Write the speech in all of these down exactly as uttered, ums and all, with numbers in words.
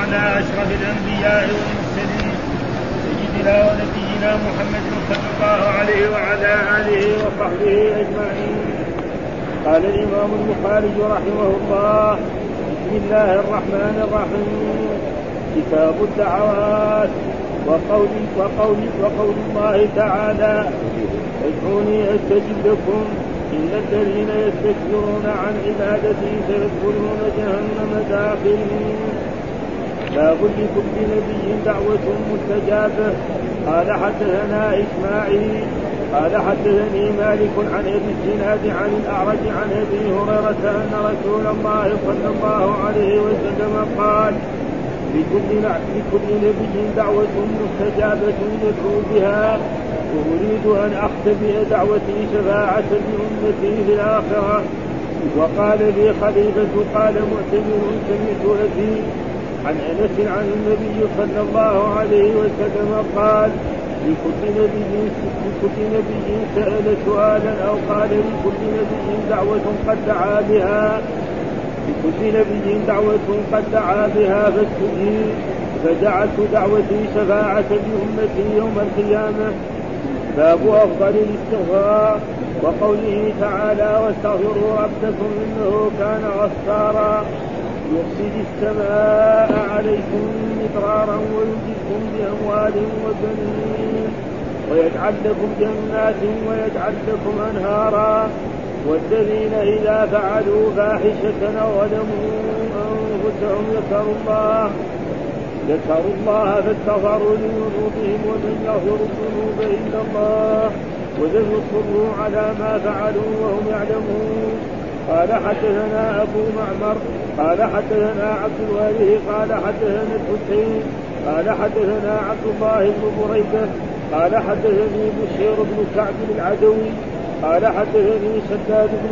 على أشرف الأنبياء والمرسلين سيدنا ونبينا محمد صلى الله عليه وعلى آله وصحبه أجمعين. قال الإمام البخاري رحمه الله: بسم الله الرحمن الرحيم. كتاب الدعوات. وقول, وقول, وقول الله تعالى: ادعوني أستجب لكم إن الذين يستكبرون عن عبادتي سيدخلون جهنم داخلين. باب لكل نبي دعوة مستجابة. قال حدثنا إسماعيل قال حدثني مالك عن أبي الزناد عن الأعرج عن أبي هريرة أن رسول الله صلى الله عليه وسلم قال: لكل, لكل نبي دعوة مستجابة يدعو بها، وأريد أن أختبئ دعوتي شفاعة لأمتي في الآخرة. وقال لي خليفة قال معتمر سمعت أبي عن أنس عن النبي صلى الله عليه وسلم قال: لكل نبي, لكل نبي سأل سؤالا، أو قال لكل نبي دعوة قد دعا بها لكل نبي دعوة قد دعا بها فاستجيب، فجعلت دعوتي شفاعة لأمتي يوم القيامة. باب أفضل الاستغفار. وقوله تعالى: واستغفروا ربكم إنه كان غفارا يرسل السماء عليكم مدرارا ويمددكم بأموال وبنين ويجعل لكم جنات ويجعل لكم أنهارا. والذين إذا فعلوا فاحشة أو ظلموا أنفسهم ذكروا الله ذكروا الله فاستغفروا لذنوبهم ومن يغفر الذنوب إلا الله ولم يصروا على ما فعلوا وهم يعلمون. قال حدثنا أبو معمر قال حدثنا عبد الوارث قال حدثنا الحسين قال حدثنا عبد الله بن بريدة قال حدثني بشير بن كعب العدوي قال حدثني شداد بن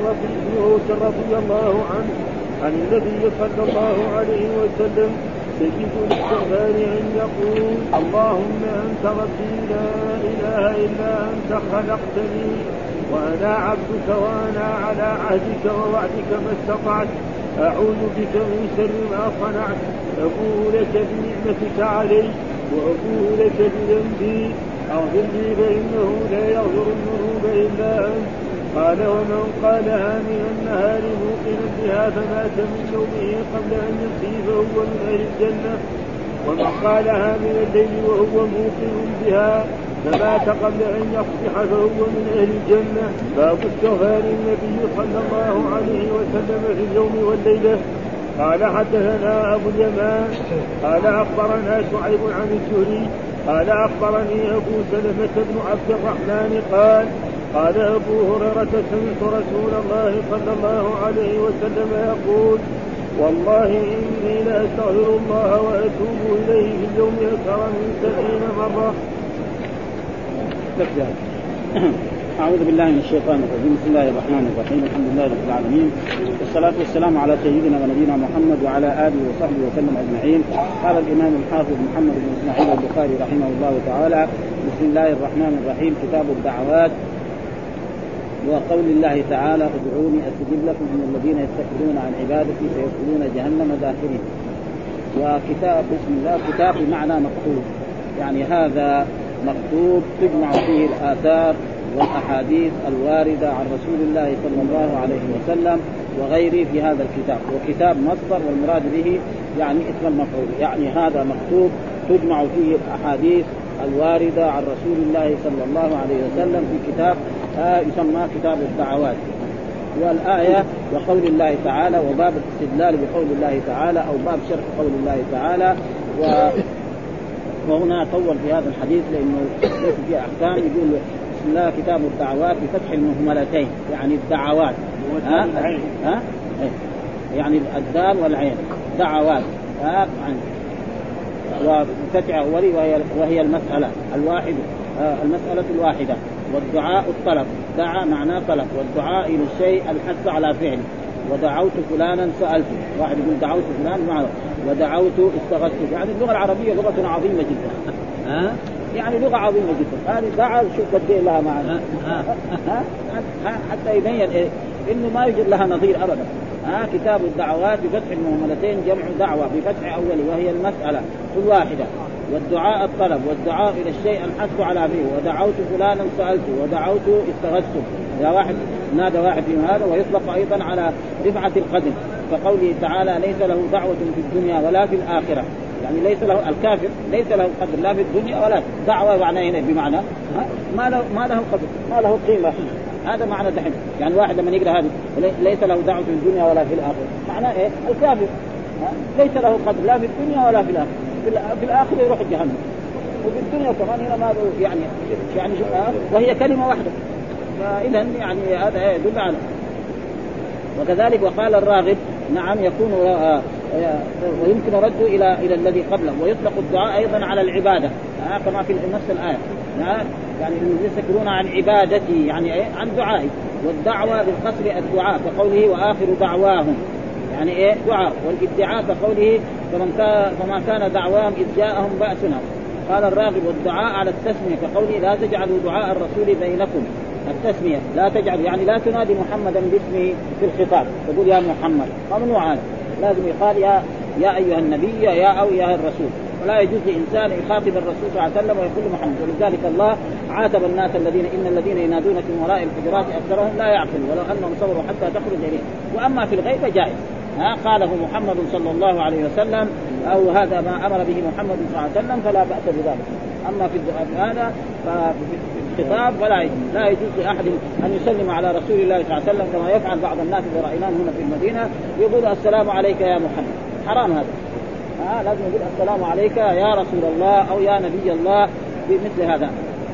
عوس رضي الله عنه عن النبي صلى الله عليه وسلم: سيد الاستغفار أن يقول: اللهم أنت ربي لا إله إلا أنت خلقتني وأنا عبدك وأنا على عهدك ووعدك ما استطعت، أعوذ بك من شر ما صنعت، أبوء لك بنعمتك علي وأبوء لك بذنبي، اغفر لي فإنه لا يغفر الذنوب إلا أنت. قال: ومن قالها من النهار موقنا بها فمات من يومه قبل أن يمسي فهو من أهل الجنة، ومن قالها من الليل وهو موقن بها فمات قبل أن يصبح فهو من أهل الجنة. باب استغفار النبي صلى الله عليه وسلم في اليوم والليلة. قال حدثنا أبو اليمان قال أخبرنا شعيب عن الزهري قال أخبرني أبو سلمة بن عبد الرحمن قال: قال أبو هريرة: سمعت رسول الله صلى الله عليه وسلم يقول: والله إني لأستغفر الله وأتوب إليه في اليوم أكثر من سبعين مرة. أعوذ بالله من الشيطان الرجيم. بسم الله الرحمن الرحيم. الحمد لله رب العالمين، والصلاة والسلام على سيدنا ونبينا محمد وعلى آله وصحبه وسلم أجمعين. قال الإمام الحافظ محمد بن إسماعيل البخاري رحمه الله تعالى: بسم الله الرحمن الرحيم. كتاب الدعوات. وقول الله تعالى: ادعوني أستجب لكم إن الذين يستكبرون عن عبادتي سيدخلون جهنم داخلين. وكتاب بسم الله كتاب بمعنى مكتوب، يعني هذا مكتوب تجمع فيه الآثار والأحاديث الواردة عن رسول الله صلى الله عليه وسلم وغيره في هذا الكتاب. وكتاب مصدر والمراد به يعني اسم المفعول، يعني هذا مكتوب تجمع فيه الأحاديث الواردة عن رسول الله صلى الله عليه وسلم في كتاب آه يسمى كتاب الدعوات. والآية وقول الله تعالى، وباب الاستدلال بقول الله تعالى أو باب شرح قول الله تعالى. و وهنا طول في هذا الحديث لأنه ليس فيه أحكام. يقول بسم الله كتاب الدعوات بفتح المهملتين، يعني الدعوات ها؟ ها؟ يعني الدال والعين دعوات ها؟ وفتح أولي وهي, وهي المسألة الواحدة، المسألة الواحدة. والدعاء الطلب، دعا معناه طلب، والدعاء إلى الشيء الحث على فعله. ودعوت فلانا سألته، واحد يقول دعوت فلان معه، ودعوت استغثت. يعني اللغة العربية لغة عظيمة جدا ها؟ يعني لغة عظيمة جدا. هذه دعا شوف قد ايه لها معنى ها؟ ها؟ حتى يبين إيه؟ إنه ما يوجد لها نظير أبدا. ها كتاب الدعوات بفتح المهملتين جمع دعوة بفتح أولي وهي المسألة كل واحدة، والدعاء الطلب، والدعاء إلى الشيء الحث على فيه، ودعوت فلانا سألته، ودعوت استغثته. إذا واحد نادى واحد في هذا، ويطلق أيضا على رفعة القدر كقوله تعالى ليس له دعوة في الدنيا ولا في الآخرة، يعني ليس له الكافر ليس له قدر لا في الدنيا ولا دعوة، معنى هنا بمعنى ما له ما له قدر ما له قيمة. هذا معنى دحين، يعني واحد لما يقرأ هذا ليس له دعوة في الدنيا ولا في الآخرة، معناه إيه؟ الكافر ليس له قدر لا في الدنيا ولا في الآخرة، في الآخرة يروح جهنم، وفي الدنيا كمان هنا ما يعني يعني وهي كلمة واحدة. فإذا يعني هذا يدل على. وكذلك وقال الراغب نعم يكون ويمكن رده إلى إلى الذي قبله، ويطلق الدعاء أيضا على العبادة كما في نفس الآية، يعني يذكرون عن عبادتي يعني إيه؟ عن دعائي. والدعوة بالقصر الدعاء كقوله وآخر دعواهم يعني إيه دعاء، والادعاء كقوله فمن كان فما كان دعواهم إذ جاءهم بأسنا. قال الراغب والدعاء على التسمية كقوله لا تجعلوا دعاء الرسول بينكم، التسمية لا تجعل يعني لا تنادي محمدا باسمه في الخطاب تقول يا محمد، ممنوع هذا، لازم يقال يا يا أيها النبي يا أو يا الرسول، ولا يجوز لإنسان يخاطب الرسول صلى الله عليه وسلم ويقول محمد. ولذلك الله عاتب الناس الذين إن الذين ينادونك من وراء الحجرات أكثرهم لا يعقلون ولو أنهم صبروا حتى تخرج إليه. وأما في الغيب جائز، ها قاله محمد صلى الله عليه وسلم أو هذا ما أمر به محمد صلى الله عليه وسلم فلا بأس بذلك. أما في هذا ففي الخطاب فلا لا يجوز لأحد أن يسلم على رسول الله صلى الله عليه وسلم كما يفعل بعض الناس إذا رأيناهم هنا في المدينة يقول السلام عليك يا محمد، حرام هذا. آه لازم يقول السلام عليك يا رسول الله أو يا نبي الله بمثل هذا.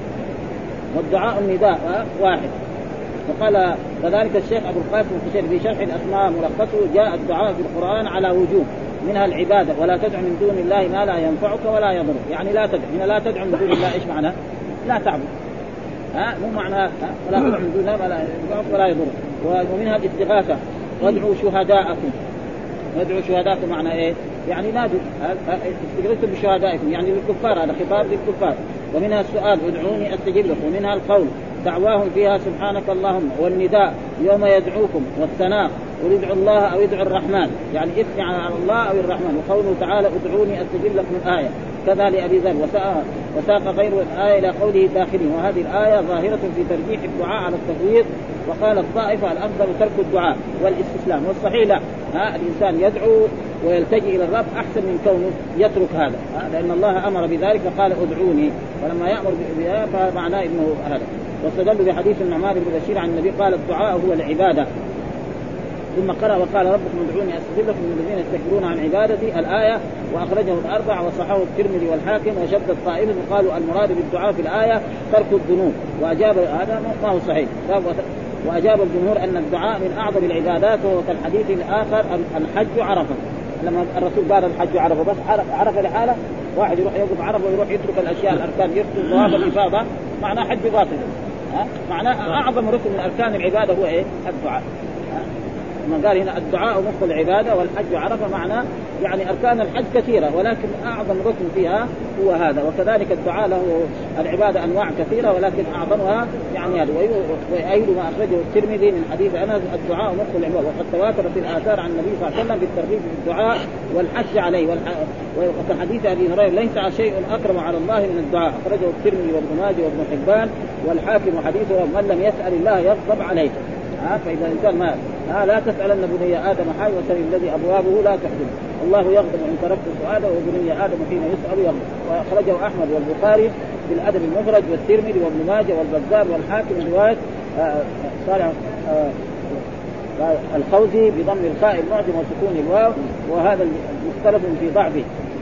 والدعاء النداء آه واحد. وقال كذلك الشيخ أبو القاسم في شرح الأسماء ملخصه جاء الدعاء في القرآن على وجوه، منها العبادة ولا تدع من دون الله ما لا ينفعك ولا يضرك، يعني لا تدع هنا لا تدع من دون الله إيش معنى؟ لا تعبد، ها مو معنى ولا تدع من دون الله ما لا ينفعك ولا يضرك. ومنها الاستغاثة وادعوا شهداءكم، وادعوا شهداءكم معنى إيه؟ يعني نادوا استغيثوا بشهدائكم يعني للكفار، هذا خطاب للكفار. ومنها السؤال ادعوني استجب لكم. ومنها القول دعواهم فيها سبحانك اللهم، والنداء يوم يدعوكم، والثناء قل ادعوا الله او ادعوا الرحمن يعني اثني على الله او الرحمن. وقوله تعالى ادعوني استجب لكم الآية كذا لأبي ذر. وساق غير الآية إلى قوله داخلين. وهذه الآية ظاهرة في ترجيح الدعاء على التفويض. وقال الطائفة الأفضل ترك الدعاء والاستسلام، والصحيح لا، ها الإنسان يدعو ويلتجئ إلى الرب أحسن من كونه يترك هذا، لأن الله أمر بذلك قال ادعوني، ولما يأمر بها فمعناه إنه هذا. واستدل بحديث النعمان بن بشير عن النبي قال الدعاء هو العبادة. ثم قرأ وقال ربكم ادعوني استجب لكم من الذين يستكبرون عن عبادتي الآية. وأخرجه الأربع وصححه الترمذي والحاكم. وشد الطائفة وقالوا المراد بالدعاء في الآية ترك الذنوب، وأجاب هذا ما هو صحيح. وأجاب الجمهور أن الدعاء من أعظم العبادات، وهو كالحديث الآخر الحج عرفة، لما الرسول قال الحج عرفة بس عرفة لحاله، واحد يروح يوقف عرفة ويروح يترك الأشياء الأركان يركض ضواب الإفاضة معناه حج باطل. ها معناه أعظم ركن من أركان العبادة هو إيه؟ الدعاء. من قال هنا الدعاء مخ العبادة والحج عرفة معناه يعني أركان الحج كثيرة ولكن أعظم ركن فيها هو هذا. وكذلك الدعاء له العبادة أنواع كثيرة ولكن أعظمها يعني هذا. وأيضا ما أخرجه الترمذي من حديث أنس الدعاء مخ العبادة. وقد تواترت الآثار عن النبي صلى الله عليه وسلم بالترغيب في الدعاء والحث عليه. وفي حديث أبي هريرة ليس شيء أكرم على الله من الدعاء، أخرجه الترمذي وابن ماجه وابن حبان والحاكم. وحديثه من لم يسأل الله يغضب عليه. ها فإذا الإنسان ما ها لا تسألن بني آدم حي وسل الذي أبوابه لا تحزن، الله يغضب إن تركت سؤاله، وبني آدم حين يسأل يغضب. وأخرجه أحمد والبخاري في الأدب المفرد والترمذي وابن ماجه والبزار والحاكم من رواية صالح الخوزي بضم الخاء المعجم وسكون الواو، وهذا مختلف في ضعفه.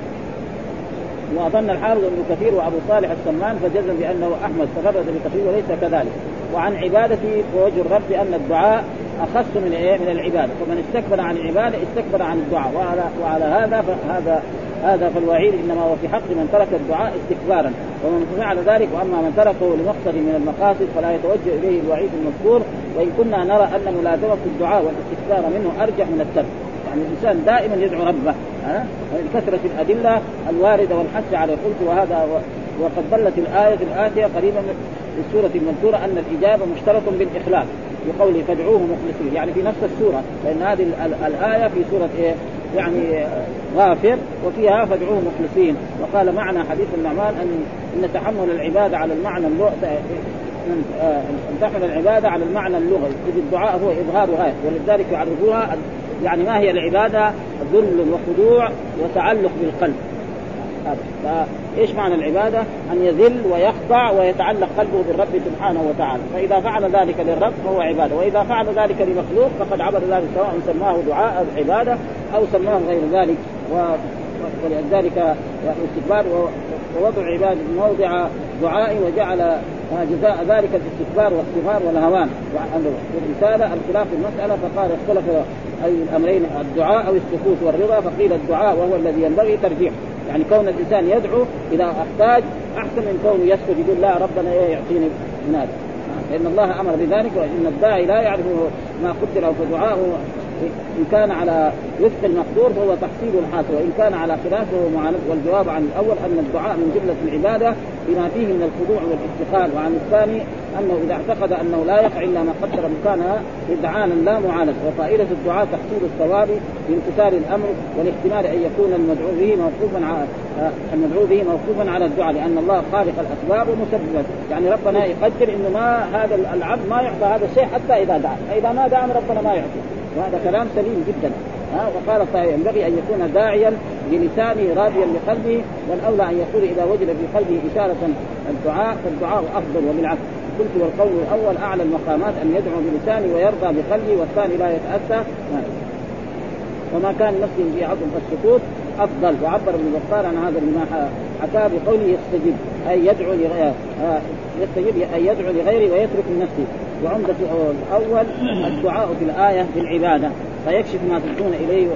وأظن الحافظ ابن كثير وأبو صالح السمان فجزم بأنه أحمد تفرد بكثير وليس كذلك. وعن عبادته ووجه الرب بأن الدعاء أخص من إيه من العبادة، فمن استكبر عن العبادة استكبر عن الدعاء. وعلى, وعلى هذا فهذا هذا فالوعيد إنما هو في حق من ترك الدعاء استكبارا، ومن فعل ذلك. وأما من تركه لمقصد من المقاصد فلا يتوجه إليه الوعيد المذكور. وإن كنا نرى أن ملازمة الدعاء والاستكبار منه أرجح من الترك، يعني الإنسان دائما يدعو ربه ها كثرة الأدلة الواردة والحث على قلت. وهذا وقد دلت الآية الآتية قريبا في السورة المذكورة أن الإجابة مشترط بالإخلاص، بقوله فادعوه مخلصين، يعني في نفس السورة، لأن هذه الآية في سورة إيه يعني غافر وفيها فادعوه مخلصين. وقال معنى حديث النعمان أن إن تحمل العبادة على المعنى اللغوي أن تحمل العبادة على المعنى اللغوي، إذ الدعاء هو إظهار غاية، ولذلك يعرفوها يعني ما هي العبادة؟ ذل وخضوع وتعلق بالقلب. فإيش معنى العبادة؟ أن يذل ويخضع ويتعلق قلبه بالرب سبحانه وتعالى، فإذا فعل ذلك للرب فهو عبادة، وإذا فعل ذلك لمخلوق فقد عبد ذلك، سواء سماه دعاء عبادة أو سماه غير ذلك. ولذلك الاستكبار ووضع عباد موضع دعاء وجعل جزاء ذلك الاستكبار والاستغفار والهوان. والرسالة الخلاف في المسألة فقال اختلف أي الأمرين الدعاء أو السكوت والرضا، فقيل الدعاء وهو الذي ينبغي ترجيح، يعني كون الإنسان يدعو إذا احتاج أحسن من كونه يسكت يقول لا ربنا إيه يعطيني من هذا، لأن الله أمر بذلك، وإن الداعي لا يعرف ما قدر فدعاءه إن كان على وفق المقدور فهو تحصيل الحاصل، وإن كان على خلافه فهو معاند. والجواب عن الأول أن الدعاء من جملة العبادة بما فيه من الخضوع والافتقار، وعن الثاني أنه إذا اعتقد أنه لا يقع إلا ما قدر مكانها إدعانا لا معاند. وفائدة الدعاء تحصيل الثواب بامتثال الأمر، والاحتمال أن يكون المدعو به موقوفا على المدعو به موقوفا على الدعاء، لأن الله خالق الأسباب ومسببا، يعني ربنا يقدر إنه ما هذا العبد ما يعطى هذا الشيء حتى إذا دعا، فإذا ما دعا ربنا ما يعطي، وهذا كلام سليم جدا. ها وقال ينبغي أن يكون داعيا بلسانه راضيا بقلبه، والأولى أن يقول إذا وجد في قلبه إشارة الدعاء فالدعاء أفضل. وبالعكس قلت والقول الأول أعلى المقامات أن يدعو بلسانه ويرضى بقلبه، والثاني لا يتأتى. وما كان نفسه في عظم السكوت أفضل. وعبر ابن بطال عن هذا بما حكى بقوله يستجيب أي يدعو لغيره، يستجيب أي يدعو لغيره ويترك لنفسه. وعمدة الأول الدعاء في الآية بالعبادة فيكشف ما تدعون إليه،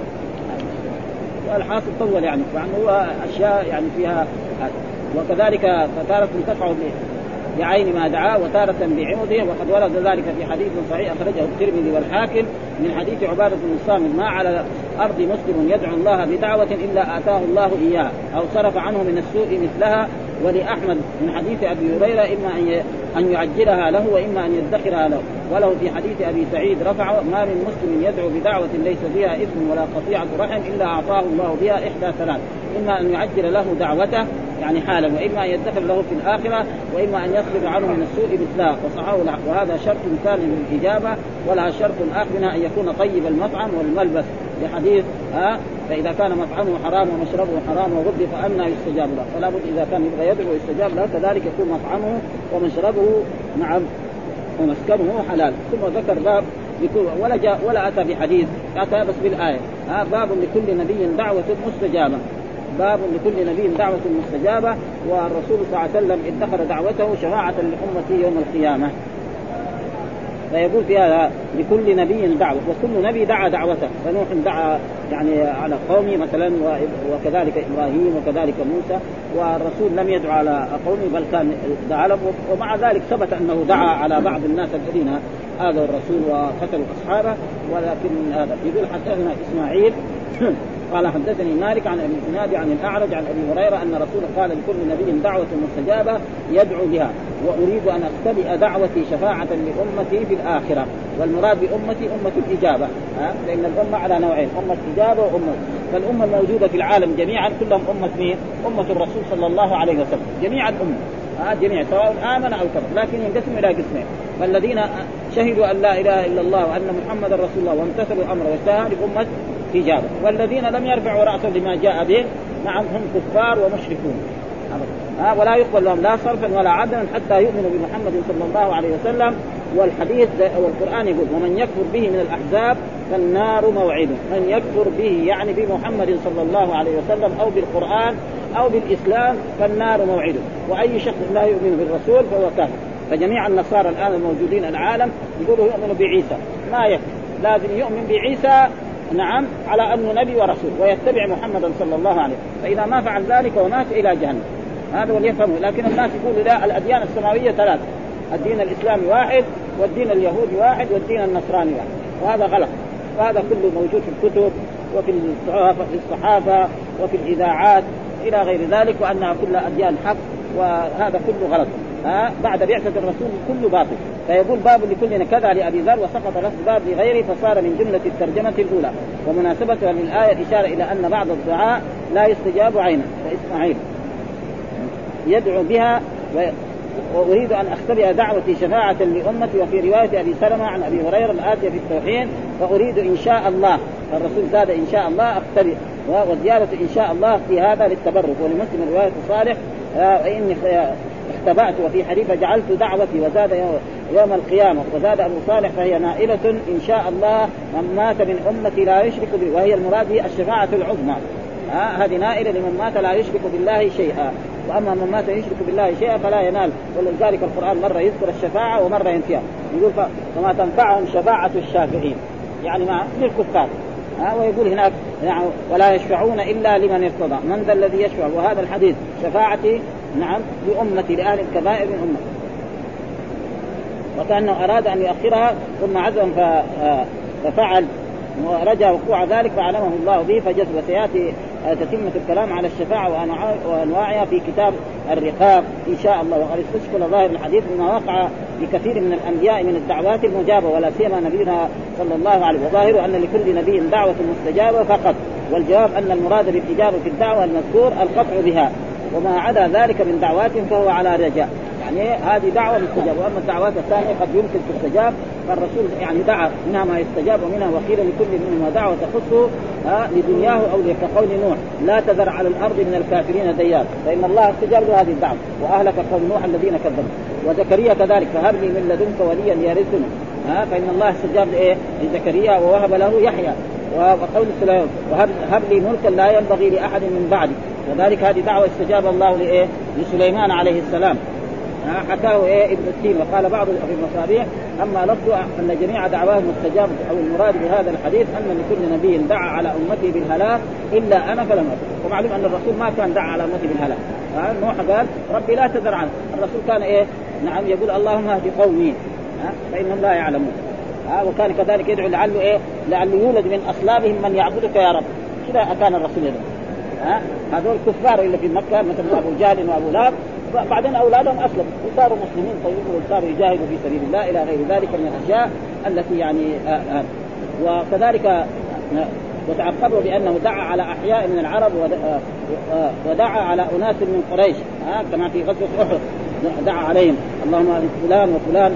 والحاصل طول يعني وعنه هو أشياء يعني فيها. وكذلك فتارة تقع بعين ما دعا وتارة بعوضه، وقد ورد ذلك في حديث صحيح أخرجه الترمذي والحاكم من حديث عبادة بن الصامت: ما على أرض مسلم يدعو الله بدعوة إلا آتاه الله إياها أو صرف عنه من السوء مثلها. ولأحمد من حديث أبي هريرة: إما أن أن يعجلها له وإما أن يدخرها له. وله في حديث أبي سعيد رفعه: ما من مسلم يدعو بدعوة ليس فيها إثم ولا قطيعة رحم إلا أعطاه الله بها إحدى ثلاث: إما أن يعجل له دعوته يعني حالا، وإما أن يدخر له في الآخرة، وإما أن يصرف عنه من السوء مثله. وصححه. وهذا شرط ثاني من الإجابة. ولا شرط آخر منها أن يكون طيب المطعم والملبس، لحديث ها فإذا كان مطعمه حرام ومشربه حرام وغض فأنى يستجاب له. فلا بد إذا كان يبغى يدعو ويستجاب له كذلك يكون مطعمه ومشربه نعم ومسكنه حلال. ثم ذكر باب ولا جاء ولا أتى بحديث، أتى بس بالآية: ها باب لكل نبي دعوة مستجابة. باب لكل نبي دعوة مستجابة. والرسول صلى الله عليه وسلم ادخر دعوته شفاعة لأمته يوم القيامة. فيقول فيها لكل نبي دعوة، وكل نبي دعا دعوته. فنوح دعا يعني على قومه مثلا، وكذلك إبراهيم وكذلك موسى. والرسول لم يدعو على قومه بل كان دعا لهم، ومع ذلك ثبت أنه دعا على بعض الناس الذين آذوا الرسول وقتلوا أصحابه. ولكن هذا يقول حدثنا إسماعيل قال حدثني مالك عن ابي الزناد عن الأعرج عن ابي هريره ان رسول قال لكل نبي دعوه مستجابه يدعو بها، واريد ان اختبئ دعوتي شفاعه لامتي في الاخره. والمراد بامتي امه الاجابه، ها لان الامه على نوعين: امه اجابه وامه. فالامه الموجوده في العالم جميعا كلهم امه مين؟ امه الرسول صلى الله عليه وسلم، جميع الامه ها جميع سواء امن او كفر، لكن ينقسم الى قسمين: فالذين شهدوا ان لا اله الا الله وان محمدا رسول الله وامتثلوا امره واجتهدوا لامه إجابة. والذين لم يرفعوا رأسا لما جاء به نعم هم كفار ومشركون، ها ولا يقبل لهم لا صرفا ولا عدلا حتى يؤمنوا بمحمد صلى الله عليه وسلم. والحديث والقرآن يقول: ومن يكفر به من الأحزاب فالنار موعده. من يكفر به يعني بمحمد صلى الله عليه وسلم أو بالقرآن أو بالإسلام فالنار موعده. وأي شخص لا يؤمن بالرسول فهو كافر. فجميع النصارى الآن الموجودين العالم يقولوا يؤمنوا بعيسى، ما يكفر، لازم يؤمن بعيسى نعم على أنه نبي ورسول ويتبع محمدا صلى الله عليه وسلم. فإذا ما فعل ذلك ومات إلى جهنم. هذا وليفهمه. لكن الناس يقولوا لا، الأديان السماوية ثلاث: الدين الإسلامي واحد، والدين اليهودي واحد، والدين النصراني واحد. وهذا غلط. وهذا كله موجود في الكتب وفي الصحافة وفي الإذاعات إلى غير ذلك، وأنها كلها أديان حق، وهذا كله غلط. ها بعد بعثة الرسول كل باطل. فيقول باب لكل كذا لأبي ذر، وسقط لفظ باب لغيره فصار من جملة الترجمة الأولى. ومناسبتها للآية الإشارة إلى أن بعض الدعاء لا يستجاب عينا. فإسماعيل يدعو بها و... وأريد أن أختبئ دعوتي شفاعة لأمتي. وفي رواية أبي سلمة عن أبي هريرة الآتية في التوحيد فأريد إن شاء الله. الرسول زاد إن شاء الله أختبئ، وزيادة إن شاء الله في هذا للتبرك. ولمسلم رواية صالح إني اختبأت، وفي حديث جعلت دعوتي، وزاد يوم القيامة. وزاد أبو صالح فهي نائلة إن شاء الله من مات من أمتي لا يشرك به، وهي المراد هي الشفاعة العظمى. ها هذه نائلة لمن مات لا يشرك بالله شيئا، وأما من مات يشرك بالله شيئا فلا ينال. ولذلك القرآن مرة يذكر الشفاعة ومرة ينفيها، يقول فما تنفعهم شفاعة الشافعين، يعني مع للكفار. ها ويقول هناك يعني ولا يشفعون إلا لمن ارتضى. من ذا الذي يشفع؟ وهذا الحديث شفاعتي نعم لأمتي لأهل الكبائر من أمتي. وكأنه أراد أن يؤخرها ثم عزم ففعل ورجع وقوع ذلك فعلمه الله به فجذب. وسيأتي تتمة الكلام على الشفاعة وأنواعها في كتاب الرقاق إن شاء الله. وقد استشكل ظاهر الحديث بما وقع لكثير من الأنبياء من الدعوات المجابة، ولا سيما نبينا صلى الله عليه وسلم. وظاهر أن لكل نبي دعوة مستجابة فقط، والجواب أن المراد بالإجابة في الدعوة المذكور القطع بها، وما عدا ذلك من دعوات فهو على رجاء. يعني هذه دعوة مستجابة. وأما الدعوات الثانية قد يمكن تستجاب، فالرسول يعني دعا منها ما يستجاب ومنها وقيل لكل منهما دعوة تخصه لدنياه أو كقول نوح لا تذر على الأرض من الكافرين ديار، فإن الله استجاب له هذه الدعوة وأهلك قوم نوح الذين كذبوا. وزكريا كذلك فهب لي من لدنك وليا يرثني، ها فإن الله استجاب لإيه لزكريا ووهب له يحيى. وقول سليمان وهب لي ملكا لا ينبغي لأحد من بعدي، وذلك هذه دعوة استجاب الله لإيه لسليمان عليه السلام. حكاه إيه ابن التين. وقال بعض في المصابيح أما لفظ أن جميع دعواهم مستجابة، أو المراد بهذا الحديث أن لكل نبي دعا على أمته بالهلاك إلا أنا فلم أكن. ومعلوم أن الرسول ما كان دعا على أمته بالهلاك. نوح قال ربي لا تذر عنه، الرسول كان إيه نعم يقول اللهم اهد قومي فإنهم لا يعلمون. وكان كذلك يدعو لعله إيه لعله يولد من أصلابهم من يعبدك يا رب. كذا كان الرسول يدعو. هذول الكفار اللي في مكة مثل أبو جهل وأبو لهب بعدين أولادهم أسلموا وصاروا مسلمين طيبين وصاروا يجاهدوا في سبيل الله إلى غير ذلك من الأشياء التي يعني آآ آآ. وكذلك وتعقبوا بأنه دعا على أحياء من العرب ودعا على أناس من قريش كما في غزوة أحد دعا عليهم اللهم عن فلان وفلان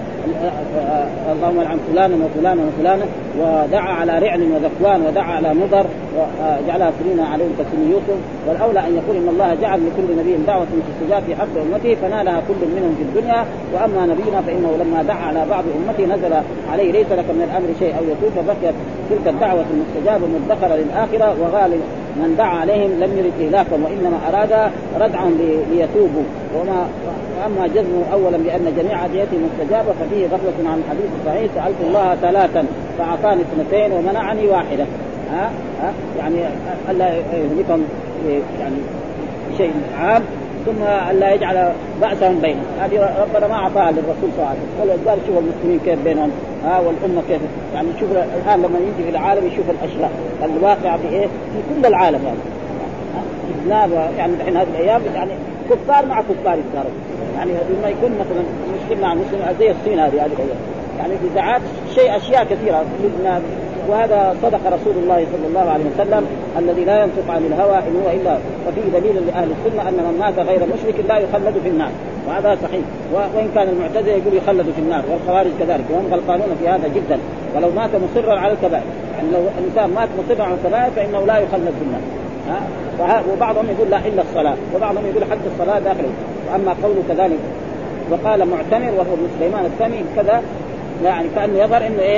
اللهم عن فلان وفلان وفلان. ودعا على رعل وذكوان ودعا على مضر وجعلها سنين عليهم كسن يوسف. والأولى أن يقول إن الله جعل لكل نبي دعوة مستجاب في حق أمته فنالها كل منهم في الدنيا. وأما نبينا فإنه لما دعا على بعض أمته نزل عليه ليس لك من الأمر شيء أو يتوب، فبقيت تلك الدعوة المستجابة مدخرة للآخرة. وغالب من دعا عليهم لم يرد إهلاكهم وإنما أراد ردعهم ليتوبوا. وما وأما جزمه أولا بأن جميع أدعيته مستجابة ففيه غفلة عن الحديث الصحيح سألت الله ثلاثا فأعطاني اثنتين ومنعني واحدة. ها ها يعني ألا يهلكهم يعني شيء عام ثم ألا يجعل بأسهم بينهم. هذه ربنا ما أعطاها للرسول صلى الله عليه وسلم. ولذلك شوف المسلمين كيف بينهم ها والأمة كيف يعني شوف الآن لما يجي في العالم يشوف الأشياء الواقع في إيه في كل العالم يعني يعني الحين هذه الأيام يعني كفار مع كفار الدار يعني لما يكون مثلا مسلم مع مسلم زي الصين هذه هذه الأيام يعني في ساعات شيء أشياء كثيرة. وهذا صدق رسول الله صلى الله عليه وسلم الذي لا ينطق عن الهوى إن هو إلا. وفيه دليل لأهل السنة أن من مات غير مشرك لا يخلد في النار، وهذا صحيح. وإن كان المعتزلة يقول يخلد في النار والخوارج كذلك، وهم غلطانون في هذا جدا. ولو مات مصرا على الكبائر يعني لو الإنسان مات مصرا على الكبائر فإنه لا يخلد في النار. ها وبعضهم يقول لا إلا الصلاة، وبعضهم يقول حتى الصلاة داخله. وأما قوله كذلك وقال معتمر وهو ابن سليمان الثاني كذا يعني كأنه يظهر إنه إيه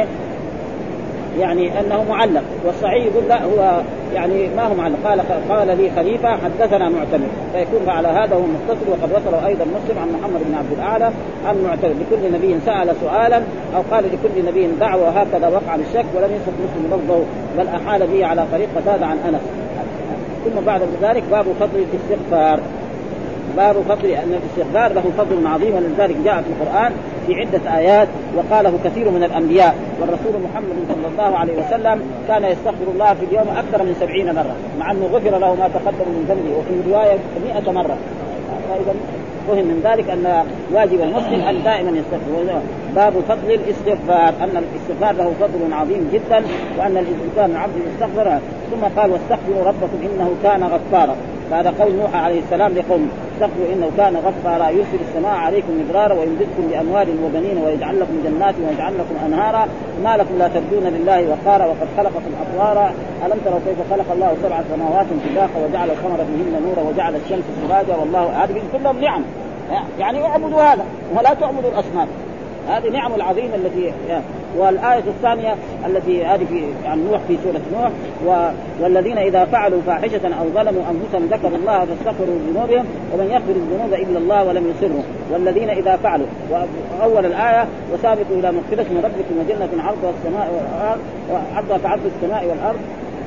يعني أنه معلق. والصحيح يقول لا هو يعني ما هو معلق. قال قال لي خليفة حدثنا معتمر فيكون على هذا هو متصل. وقد وصله أيضا مسلم عن محمد بن عبد الأعلى عن معتمر لكل نبي سأل سؤالا أو قال لكل نبي دعوة هكذا وقع بالشك ولم يصف مسلم لفظه بل أحال به على طريق قتادة عن أنس. ثم بعد ذلك باب فضل الاستغفار. باب فضل أن الاستغفار له فضل عظيم، ولذلك جاء في القرآن في عدة آيات وقاله كثير من الأنبياء. والرسول محمد صلى الله عليه وسلم كان يستغفر الله في اليوم أكثر من سبعين مرة، مع أنه غفر له ما تقدم من ذنبه، وفي رواية مئة مرة. فإذا فهم من ذلك أن واجب المسلم أن دائما يستغفر. باب فضل الاستغفار، أن الاستغفار له فضل عظيم جدا، وأن الإنسان العبد يستغفر. ثم قال واستغفروا ربكم إنه كان غفارا. هذا قول نوح عليه السلام لقوم استغفروا إنه كان غفارا يرسل السماء عليكم مدرارا ويمددكم بأموال وبنين ويجعل لكم جنات ويجعل لكم أنهارا ما لكم لا ترجون لله وقارا وقد خلقكم أطوارا ألم تروا كيف خلق الله سبع سماوات طباقا وجعل القمر فيهن نورا وجعل الشمس سراجا والله هذه كلهم نعم، يعني اعبدوا هذا ولا تعبدوا الأصنام. هذه نعم العظيمة التي. والآية الثانية التي هذه في عن نوح في سورة نوح و... والذين إذا فعلوا فاحشة أو ظلموا أنفسهم ذكروا الله فاستغفروا ذنوبهم ومن يغفر الذنوب إلا الله ولم يصروا. والذين إذا فعلوا وأول الآية وسابقوا إلى مغفرة من ربكم وجنة عرضها السماء والأرض عرضها كعرض السماء والأرض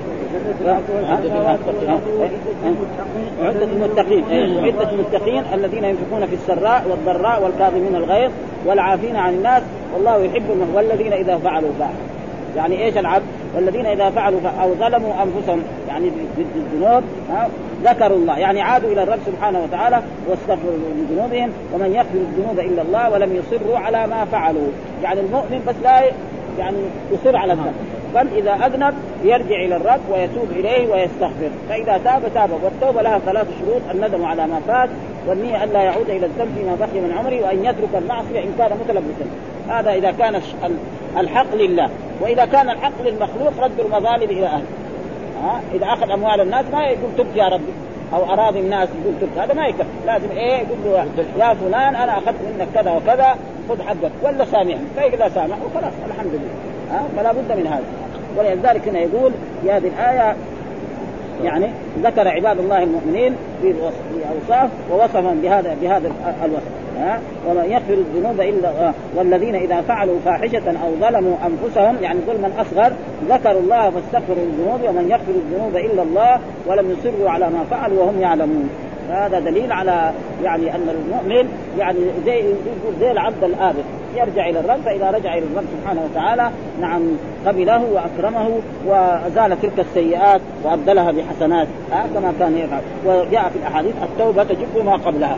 عدة المتقين عدة المتقين الذين ينفقون في السراء والضراء والكاظمين الغيظ والعافين عن الناس والله يحب المحسنين. والذين إذا فعلوا فاحشة يعني إيش العبد؟ والذين إذا فعلوا أو ظلموا أنفسهم يعني بالذنوب ذكروا الله يعني عادوا إلى الرب سبحانه وتعالى واستغفروا لذنوبهم ومن يغفر الذنوب إلا الله ولم يصروا على ما فعلوا. يعني المؤمن بس لا يعني يصر على الذنب، بل إذا أذنب يرجع إلى الرب ويتوب إليه ويستغفر. فإذا تاب تاب. والتوبة لها ثلاث شروط: الندم على ما فات، والنية أن لا يعود إلى الذنب فيما بقي من عمره، وأن يترك المعصية إن كان متلبسا. هذا إذا كان الحق لله. وإذا كان الحق للمخلوق رد المظالم إلى أهله. ها؟ إذا أخذ أموال الناس ما يقول تبت يا ربي، أو أراضي الناس يقول تبت، هذا ما يكفي. لازم إيه يقول له يا فلان أنا أخذت منك كذا وكذا خذ حقك، ولا سامحني، فيقول لا سامح وخلاص الحمد لله. ها؟ فلا بد من هذا. ولذلك هنا يقول في هذه الآية يعني ذكر عباد الله المؤمنين في الأوصاف ووصفهم بهذا بهذا الوصف. ها؟ وما يغفر الذنوب إلا والذين إذا فعلوا فاحشة أو ظلموا أنفسهم يعني ظلما أصغر ذكروا الله فاستغفروا الذنوب ومن يغفر الذنوب إلا الله ولم يصروا على ما فعلوا وهم يعلمون. هذا دليل على يعني أن المؤمن يعني زي زي العبد الآبد يرجع إلى الرب، فإذا رجع إلى الرب سبحانه وتعالى نعم قبله وأكرمه وأزال تلك السيئات وأبدلها بحسنات آه كما كان يفعل. وجاء في الأحاديث التوبة تجب ما قبلها.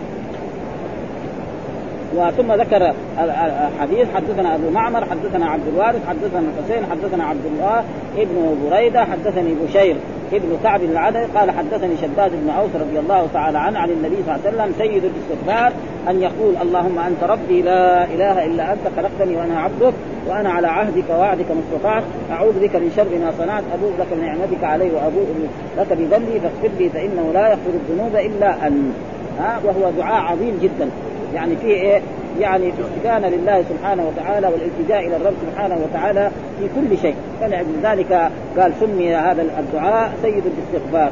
وثم ذكر الحديث حدثنا أبو معمر حدثنا عبد الوارث حدثنا الحسين حدثنا عبد الله ابن بريدة حدثني بشير ابن كعب العدوي قال حدثني شداد بن أوس رضي الله تعالى عنه عن النبي صلى الله عليه وسلم سيد الاستغفار أن يقول اللهم أنت ربي لا إله إلا أنت خلقتني وأنا عبدك وأنا على عهدك ووعدك ما استطعت أعوذ بك من شر ما صنعت أبوء لك بنعمتك علي وأبوء لك بذنبي فاغفر لي فإنه لا يغفر الذنوب إلا أنت. ها وهو دعاء عظيم جدا يعني فيه إيه يعني في استكانة لله سبحانه وتعالى والالتجاء إلى الرب سبحانه وتعالى في كل شيء. فلذلك قال سمي هذا الدعاء سيد الاستغفار.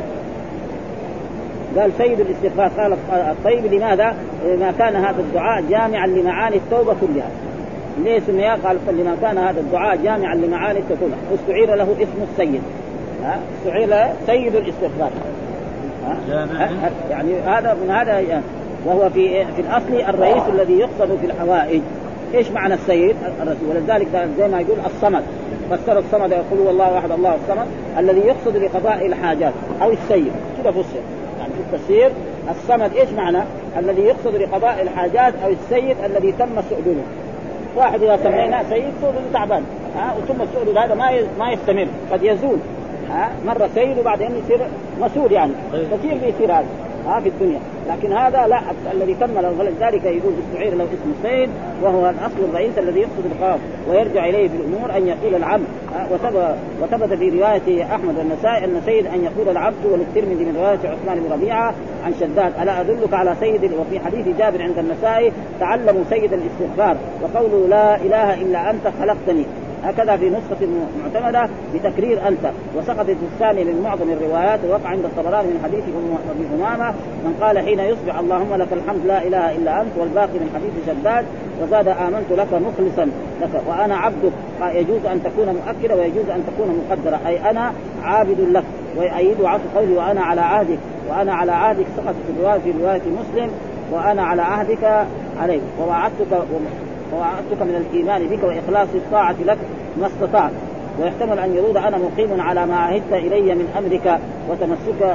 قال سيد الاستغفار قال الطيب لماذا؟ لما كان هذا الدعاء جامعا لمعاني التوبة كلها. ليه سمي؟ قال لما كان هذا الدعاء جامعا لمعاني التوبة كلها واستعير له اسم السيد. ها استعير له سيد الاستغفار. ها؟ يعني هذا من هذا يعني وهو في في الأصل الرئيس الذي يقصد في الحوائج. إيش معنى السيد الرسول؟ ولذلك زي ما يقول الصمد فسر الصمد يقول والله أحد الله الصمد الذي يقصد لقضاء الحاجات أو السيد كده فسر يعني في التفسير الصمد إيش معنى؟ الذي يقصد لقضاء الحاجات أو السيد الذي تم سؤدله. واحد إذا سميناه سيد سؤدله تعبان ها وثم السؤدل هذا ما ما يستمر قد يزول ها مرة سيد وبعدين يصير مسؤول يعني كثير بيصير هذا ها في الدنيا. لكن هذا لا الذي تم له ذلك يقول استعير له اسم السيد وهو الأصل الرئيس الذي يقصد القاضي ويرجع إليه في الأمور أن يقول العبد. وثبت في رواية أحمد والنسائي أن سيد أن يقول العبد وللترمذي من رواية عثمان بن ربيعة عن شداد ألا أدلك على سيد. وفي حديث جابر عند النسائي تعلموا سيد الاستغفار وقولوا لا إله إلا أنت خلقتني. هكذا في نسخة معتمدة بتكرير أنت. وسقطت الثاني من معظم الروايات ووقع عند الطبراني من حديث أبي أمامة من قال حين يصبح اللهم لك الحمد لا إله إلا أنت والباقي من حديث شداد وزاد آمنت لك مخلصا لك وأنا عبدك. يجوز أن تكون مؤكدة ويجوز أن تكون مقدرة أي أنا عابد لك. ويؤيد عطف قولي وأنا على عهدك وأنا على عهدك سقط في رواية في رواية مسلم وأنا على عهدك عليك ووعدتك ووعدتك من الإيمان بك وإخلاص الطاعة لك ما استطعت. ويحتمل أن يرود أنا مقيم على ما عهدت إلي من أمرك وتمسك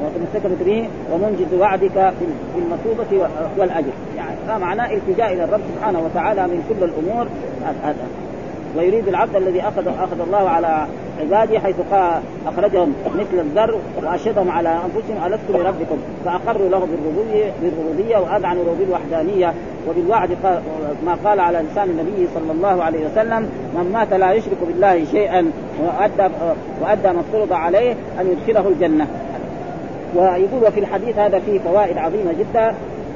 وتمسكت به ومنجز وعدك في المثوبة والأجر. يعني معناه التجاء إلى الرب سبحانه وتعالى من كل الأمور هذا. ويريد العبد الذي أخذ أخذ الله على عباده حيث أخرجهم مثل الذر وأشهدهم على أنفسهم ألست بربكم فأقروا له بالربوبية بالربوبية وأذعنوا له بالوحدانية وبالوعد ما قال على لسان النبي صلى الله عليه وسلم من مات لا يشرك بالله شيئا وأدى وأدى ما افترض عليه أن يدخله الجنة. ويقول وفي الحديث هذا فيه فوائد عظيمة جدا.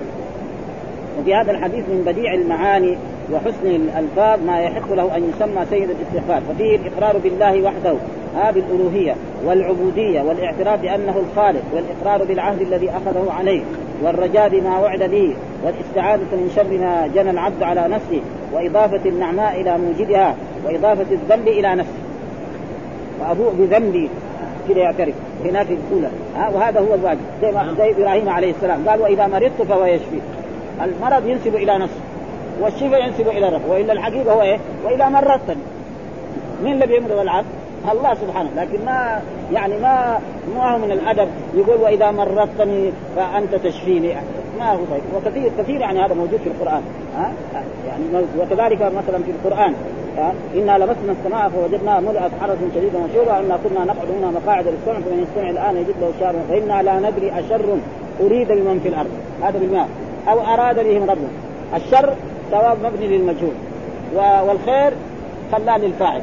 وفي هذا الحديث من بديع المعاني وحسن الألفاظ ما يحق له أن يسمى سيد الاستغفار. ففيه الإقرار بالله وحده هذه الألوهية والعبودية والاعتراف بأنه الخالق والإقرار بالعهد الذي أخذه عليه والرجاء بما وعد به والاستعاذة من شر ما جنى العبد على نفسه وإضافة النعماء إلى موجدها وإضافة الذنب إلى نفسه. وأبوء بذنبي كده يعترف هناك الأولى ها وهذا هو الواجب زي, زي إبراهيم عليه السلام قال وإذا مرضت فهو يشفي. المرض ينسب إلى نفسه والشفاء ينسب إلى ربه وإلا الحقيقة هو إيه وإذا مرضتني مين اللي بيمرض العبد؟ الله سبحانه. لكن ما يعني ما ما هو من الأدب يقول وإذا مرضتني فأنت تشفيني ما هو طيب. وكثير كثير يعني هذا موجود في القرآن ها يعني وكذلك مثلا في القرآن إنا لمسنا السماء فوجدناها ملأت حرسا شديدا وشورا إنا كنا نقعد هنا مقاعد للسمع فمن يستمع الآن يجد له شارا فإنا لا ندري أشر أريد بمن في الأرض هذا بالماء أو أراد بهم ربهم. الشر ثواب مبني للمجهول والخير خلاه للفاعل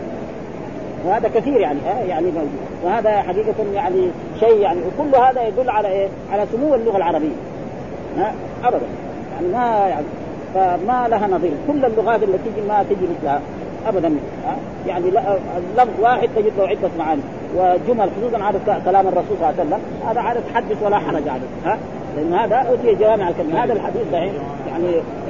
وهذا كثير يعني آه يعني موجود. وهذا حقيقة يعني شيء يعني وكل هذا يدل على إيه على سمو اللغة العربية ها أبدا يعني ما يعني فما لها نظير. كل اللغات التي تيجي ما تجي مثلها أبدا ها يعني لفظ واحد تجد له عدة معاني وجمل خصوصا على كلام الرسول صلى الله عليه وسلم هذا عادة حدث ولا حرج عليه ها لأن هذا أوتي جوامع الكلمة. هذا الحديث يعني يعني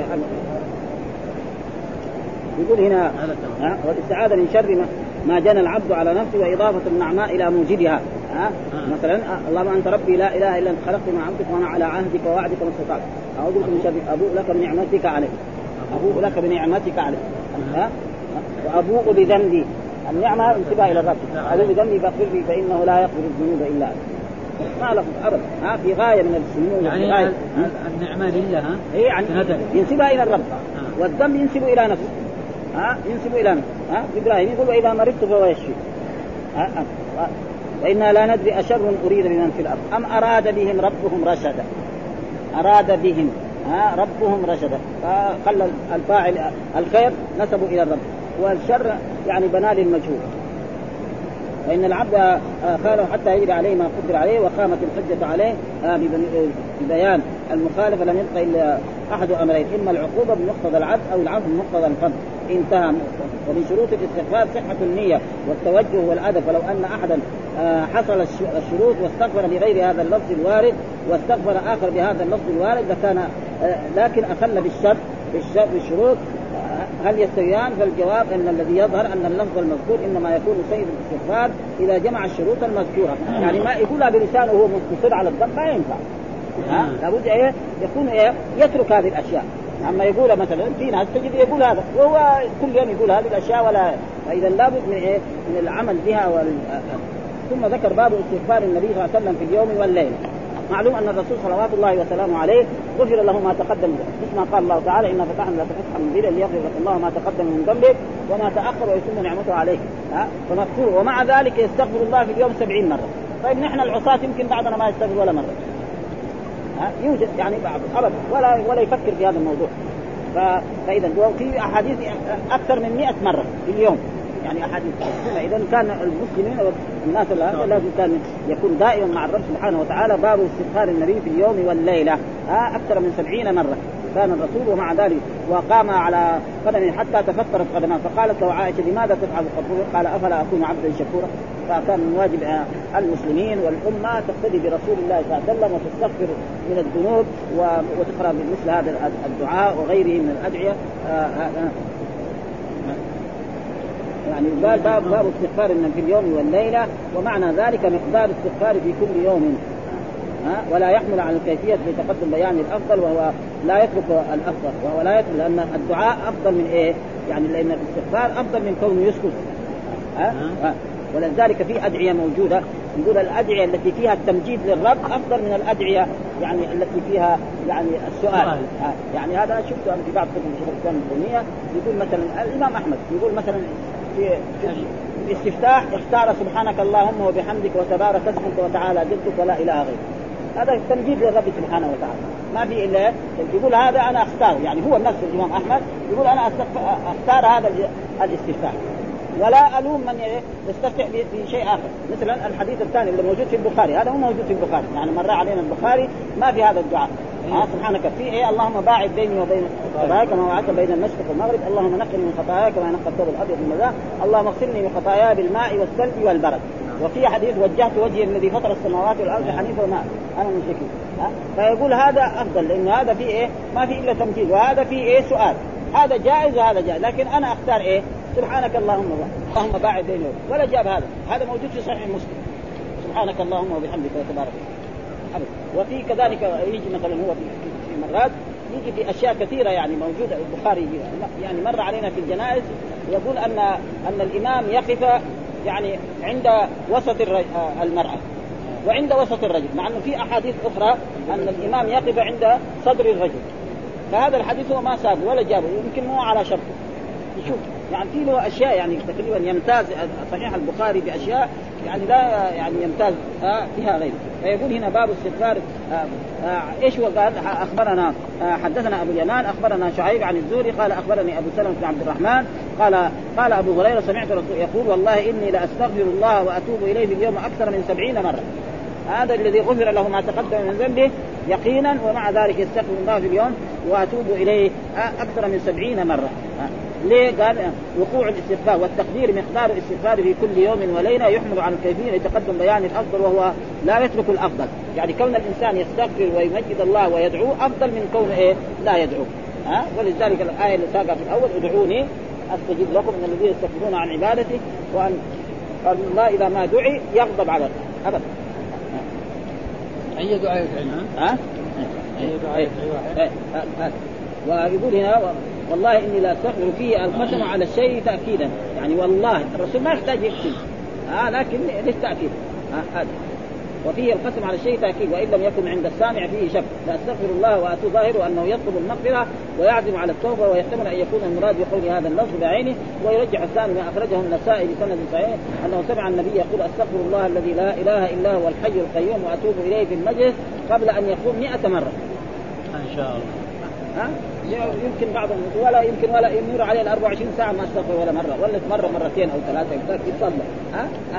يقول هنا ها والاستعاذة من شر ما, ما جنى العبد على نفسه وإضافة النعماء إلى موجدها ها مثلا اللهم أنت ربي لا إله إلا أنت خلقت ما عبدك وأنا على عهدك ووعدك ما استطعت أعوذ بك من شر أبوء لك بنعمتك علي أبوء لك بنعمتك علي ها وأبوء بذنبي النعمة انتباه إلى الرب أبوء بذنبي فاغفر لي فإنه لا يغفر الذنوب إلا أنت ما له أبدا ها في غاية من السنون يعني غاية. النعمة لله ها هي يعني ينسبها إلى الرب والذنب ينسب إلى نفسه ها ينسب إلى نفسه ها إبراهيم يقول وإذا مرضت فهو يشفي ها وإنا لا ندري أشر أريد بمن في الأرض أم أراد بهم ربهم رشدا أراد بهم ها ربهم رشدا فقل الفاعل الخير نسبوا إلى الرب والشر يعني بنى للمجهول. فإن العبد خاله حتى يجري عليه ما قدر عليه وقامت الحجة عليه ببيان المخالفة لم يبقى إلا أحد أمرين إما العقوبة بمقتضى العبد أو العفو بمقتضى الفضل انتهى. ومن شروط الاستغفار صحة النية والتوجه والأدب. فلو أن أحدا حصل الشروط واستغفر بغير هذا اللفظ الوارد واستغفر آخر بهذا اللفظ الوارد لكان لكن أخل بالشرط بالشروط هل يستويان؟ فالجواب أن الذي يظهر أن اللفظ المذكور إنما يكون سيد الاستغفار إذا جمع الشروط المذكورة. يعني ما يقولها بلسانه وهو مصر على الذنب ما ينفع ها لابد إيه يكون إيه يترك هذه الأشياء. أما يقول مثلا في ناس تجد يقول هذا وهو كل يوم يقول هذه الأشياء ولا فإذا لابد من إيه من العمل بها وال... ثم ذكر باب استغفار النبي صلى الله عليه وسلم في اليوم والليل. معلوم أن الرسول صلوات الله وسلامه عليه غفر له ما تقدم مثل ما قال الله تعالى إن فتحنا لك فتحا مبينا ليغفر لك الله ما تقدم من ذنبك وما تأخر ويتم نعمته عليك ها فمغفور. ومع ذلك يستغفر الله في اليوم سبعين مرة. طيب نحن العصاة يمكن بعضنا ما يستغفر ولا مرة ها يوجد يعني بعض أبدا ولا ولا يفكر في هذا الموضوع. فإذا في أحاديث أكثر من مئة مرة في اليوم يعني أحاديث. إذا كان المسلمين والناس هذا لازم كان يكون دائما مع الرب سبحانه وتعالى. باب استغفار النبي في اليوم والليلة ها أكثر من سبعين مرة كان الرسول. ومع ذلك وقام على قدمه حتى تفطرت قدماه فقالت له عائشة لماذا تفعل القبور؟ قال أفلا أكون عبدا شكورا. فكان من واجب المسلمين والأمة تقتدي برسول الله صلى الله عليه وسلم وتستغفر من الذنوب وتقرأ مثل هذا الدعاء وغيره من الأدعية. يعني باب باب استغفار في اليوم والليلة. ومعنى ذلك مقدار استغفار في كل يوم ها ولا يحمل على الكيفية لتقدم بيان الأفضل وهو لا يترك الأفضل وهو لا يترك لأن الدعاء أفضل من إيه يعني لأن الاستغفار أفضل من كونه يسكت ها, ها. ولذلك في أدعية موجودة يقول الأدعية التي فيها التمجيد للرب أفضل من الأدعية يعني التي فيها يعني السؤال. آه يعني هذا شفته أنا في بعض كتب شيخ الإسلام ابن تيمية يقول مثلا الإمام أحمد يقول مثلا في, في الاستفتاح اختار سبحانك اللهم وبحمدك وتبارك اسمك وتعالى جدك ولا إله غيرك. هذا تمجيد للرب سبحانه وتعالى ما في إلا يقول هذا أنا أختار يعني هو نفس الإمام أحمد يقول أنا أختار هذا الاستفتاح ولا ألوم من يستفتح بشيء آخر. مثلا الحديث الثاني اللي موجود في البخاري هذا هو موجود في البخاري يعني مر علينا البخاري ما في هذا الدعاء آه سبحانك في إيه اللهم باعد بيني وبين خطاياي كما وعدت بين المشرق والمغرب اللهم نقني من خطاياي كما ينقى الثوب الأبيض من الدنس اللهم اغسلني من خطاياي بالماء والثلج والبرد. وفي حديث وجهت وجهي الذي فطر السماوات والأرض حنيفا وما أنا من شريك آه فيقول هذا أفضل لأن هذا فيه إيه ما في إلا تمجيد وهذا فيه إيه سؤال. هذا جائز وهذا جائز لكن أنا أختار إيه سبحانك اللهم اللهم باعد بيني ولا جاب هذا هذا موجود في صحيح مسلم سبحانك اللهم وبحمدك وتبارك اسمك. وفي كذلك يجي مثلا هو في مرات يجي في أشياء كثيرة يعني موجودة البخاري يعني مر علينا في الجنائز يقول أن أن الإمام يقف يعني عند وسط المرأة وعند وسط الرجل مع أنه في أحاديث أخرى أن الإمام يقف عند صدر الرجل فهذا الحديث هو ما سابه ولا جابه يمكن مو على شرطه يشوف يعني في له أشياء يعني تقريبا يمتاز صحيح البخاري بأشياء يعني لا يعني يمتاز فيها غيره. فيقول هنا باب استغفار ايش وقال اخبرنا حدثنا ابو اليمان اخبرنا شعيب عن الزهري قال اخبرني ابو سلمة بن عبد الرحمن قال قال ابو هريرة سمعت رسول يقول والله اني لاستغفر الله واتوب اليه في اليوم اكثر من سبعين مرة. هذا الذي غفر له ما تقدم من ذنبه يقينا ومع ذلك يستغفر الله في اليوم واتوب اليه اكثر من سبعين مرة. ليه؟ قال وقوع الاستغفار والتقدير مقدار الاستغفار في كل يوم وليلة يحمل عن الكيفية لتقدم بيان الأفضل وهو لا يترك الأفضل. يعني كون الإنسان يستغفر ويمجد الله ويدعوه أفضل من كون إيه لا يدعوه. ها ولذلك الآية اللي ساقها في الأول ادعوني أستجيب لكم من الذين يستكبرون عن عبادتي وأن قال الله إذا ما دعي يغضب على أبدا. أي دعاء يدعينا؟ ها؟ أي دعاء يدعينا؟ ويقول هنا والله إني لا أستغفر فيه القسم على الشيء تأكيدا يعني والله الرسول ما يحتاج يكتب آه لكن للتأكيد آه هذا وفيه القسم على الشيء تأكيد وإن لم يكن عند السامع فيه شك لا أستغفر الله وأتوب ظاهر أنه يطلب المغفرة ويعزم على التوبة ويحتمل أن يكون المراد بقول هذا اللفظ بعينه. ويرجع الثاني ما أخرجه النسائي بسند صحيح أنه سمع النبي يقول أستغفر الله الذي لا إله إلا هو الحي القيوم وأتوب إليه في المجلس قبل أن يقوم مئة مرة إن شاء الله. ها يمكن بعضهم ولا يمكن ولا يمر عليه الأربع وعشرين ساعة ما استغفر ولا مرة ولا مرة مرتين أو ثلاثة يصلى ها هذا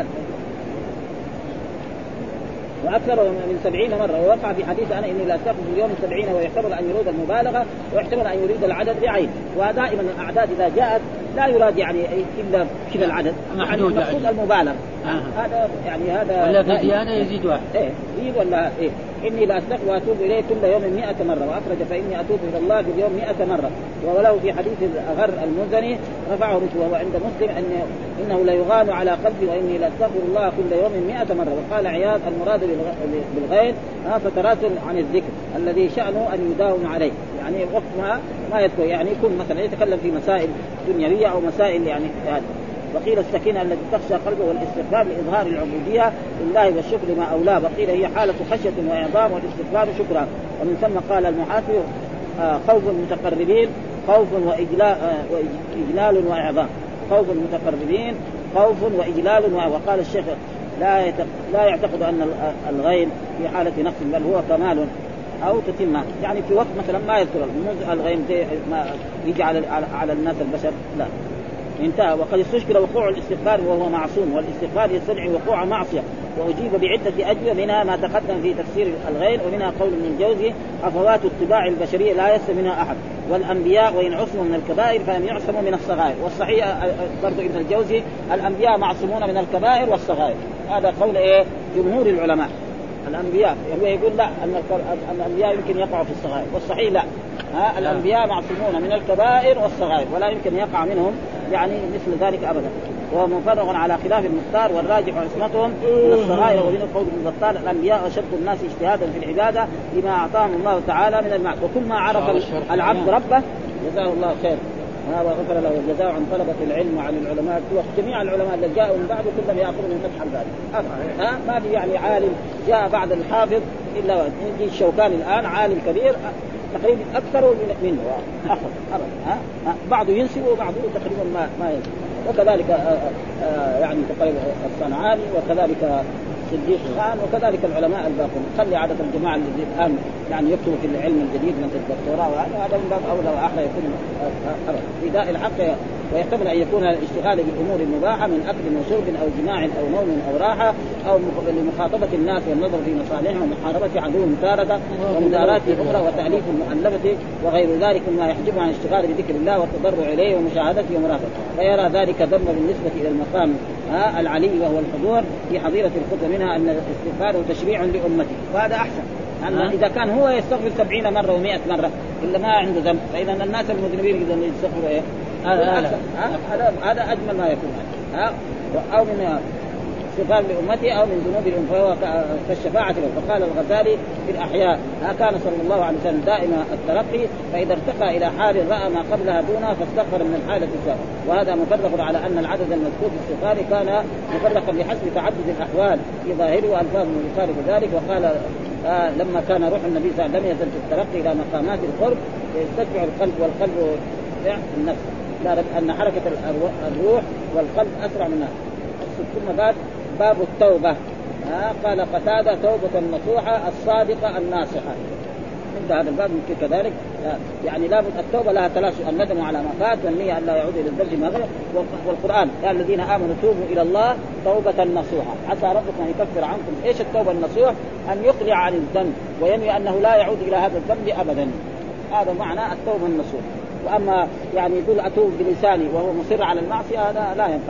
وأكثر من سبعين مرة. ووقع في حديث أنا إني لا أستغفر في اليوم سبعين ويحتمل أن يريد المبالغة ويحتمل أن يريد العدد بعين. ودائما الأعداد إذا جاءت لا يراد يعني إلا كذا العدد يعني المقصود المبالغة. آه. هذا يعني هذا ولا في ديانة يزيد واحد إيه يزيد ولا إيه إني لا أستغفر وأتوب إليه كل يوم مئة مرة. وأخرج فإني أتوب إلى الله في اليوم مئة مرة. وله في حديث الأغر المزني رفعه وهو عند مسلم أن إنه لا يغان على قلبي وإني لا أستغفر الله كل يوم مئة مرة. وقال عياض المراد بالغير فترات عن الذكر الذي شأنه أن يداوم عليه يعني وقت ما ما يذكر يعني يكون مثلا يتكلم في مسائل دنيوية أو مسائل يعني هذا. وقيل السكينة التي تخشى قلبه والاستغفار لإظهار العبودية لله والشكر ما أولاه. وقيل هي حالة خشية وإعظام والاستغفار شكرا. ومن ثم قال المحاسب خوف المتقربين خوف وإجلال, وإجلال وإعظام خوف المتقربين خوف وإجلال. وقال الشيخ لا لا يعتقد أن الغين في حالة نقص بل هو كمال أو تتمة يعني في وقت مثلا ما يذكر الغين ما يجي على على الناس البشر لا انتهى. وقد استشكل وقوع الاستغفار وهو معصوم والاستغفار يستدعي وقوع معصية. وأجيب بعدة أجوبة منها ما تقدم في تفسير الغين ومنها قول ابن الجوزي أفوات الطباع البشرية لا يسلم منها أحد والأنبياء وإن عصموا من الكبائر فهم يعصموا من الصغائر. والصحيح برضو ابن الجوزي الأنبياء معصومون من الكبائر والصغائر. هذا قول إيه جمهور العلماء. الأنبياء هو يقول لا أن الأنبياء يمكن يقعوا في الصغائر والصحيح لا ها الأنبياء معصومون من الكبائر والصغائر ولا يمكن يقع منهم يعني مثل ذلك أبدا. وهو مفرغ على خلاف المختار والراجح عصمتهم من الصغائر. ومن قول ابن بطال الأنبياء أشد الناس اجتهادا في العبادة لما أعطاهم الله تعالى من المعرفة. وكل ما عرف العبد ربه جزاه الله خير وغفر له الجزاء عن طلبة العلم وعن العلماء. جميع العلماء اللي جاءوا من بعده كلهم يأخذوا من فتح الباري. ها ما في يعني عالم جاء بعد الحافظ إلا يجي الشوكاني الآن عالم كبير تقريبا أكثر منه أخذ ها بعضه ينسب وبعضه تقريبا ما ما ينسب. وكذلك آآ آآ يعني تقريبا الصنعاني وكذلك صديق خان وكذلك العلماء الباقون. خلي عادة الجماعة اللي الآن يعني يكتبوا في العلم الجديد مثل الدكتوراه وهذا هذا من باب أولى وأحرى يكون في داء الحق. ويحتمل أن يكون الاشتغال بالأمور المباحة من أكل وشرب أو جماع أو نوم أو راحة أو لمخاطبة الناس والنظر في مصالحهم ومحاربة عدوهم تارة ومداراة أخرى وتأليف المؤلفة وغير ذلك مما يحجب عن الاشتغال بذكر الله والتضرع إليه ومشاهدته ومراقبته. فيرى ذلك ذم بالنسبة إلى المقام العلي وهو الحضور في حظيرة الخطبة منها أن الاستغفار تشريع لأمته. وهذا أحسن أن إذا كان هو يستغفر سبعين مرة ومئة مرة إلا ما عنده ذنب، فإذا الناس المذنبين إذا يستغفروا إيه هذا هذا أجمل ما يكون. ها أو من استغفار لأمته أو من ذنوب الأمة كالشفاعة له. فقال الغزالي في الأحياء ها كان صلى الله عليه وسلم دائما الترقي فإذا ارتقى إلى حال رأى ما قبلها دونه فاستغفر من الحالة السابقة. وهذا مفرق على أن العدد المذكور في الاستغفار كان مفرقا بحسب تعدد الأحوال في ظاهره وألفاظه يخالف ذلك. وقال آه لما كان روح النبي صلى الله عليه وسلم لم يزل في الترقي إلى مقامات القرب يستدفع القلب والقلب النفس، لا أن حركة الروح والقلب أسرع منها. ثم بعد باب التوبة آه قال قتادة توبة النصوحة الصادقة الناصحة. عند هذا الباب يمكن كذلك آه يعني لابد التوبة لها ثلاث: الندم على ما فات والنية أن لا يعود إلى الذنب ما غير. والقرآن يا الذين آمنوا توبوا إلى الله توبة نصوحة عسى ربكم أن يكفر عنكم. إيش التوبة النصوح؟ أن يقلع عن الذنب وينوي أنه لا يعود إلى هذا الذنب أبدا. هذا معنى التوبة النصوح. وأما يعني يقول أتوب بلساني وهو مصر على المعصية هذا لا ينفع.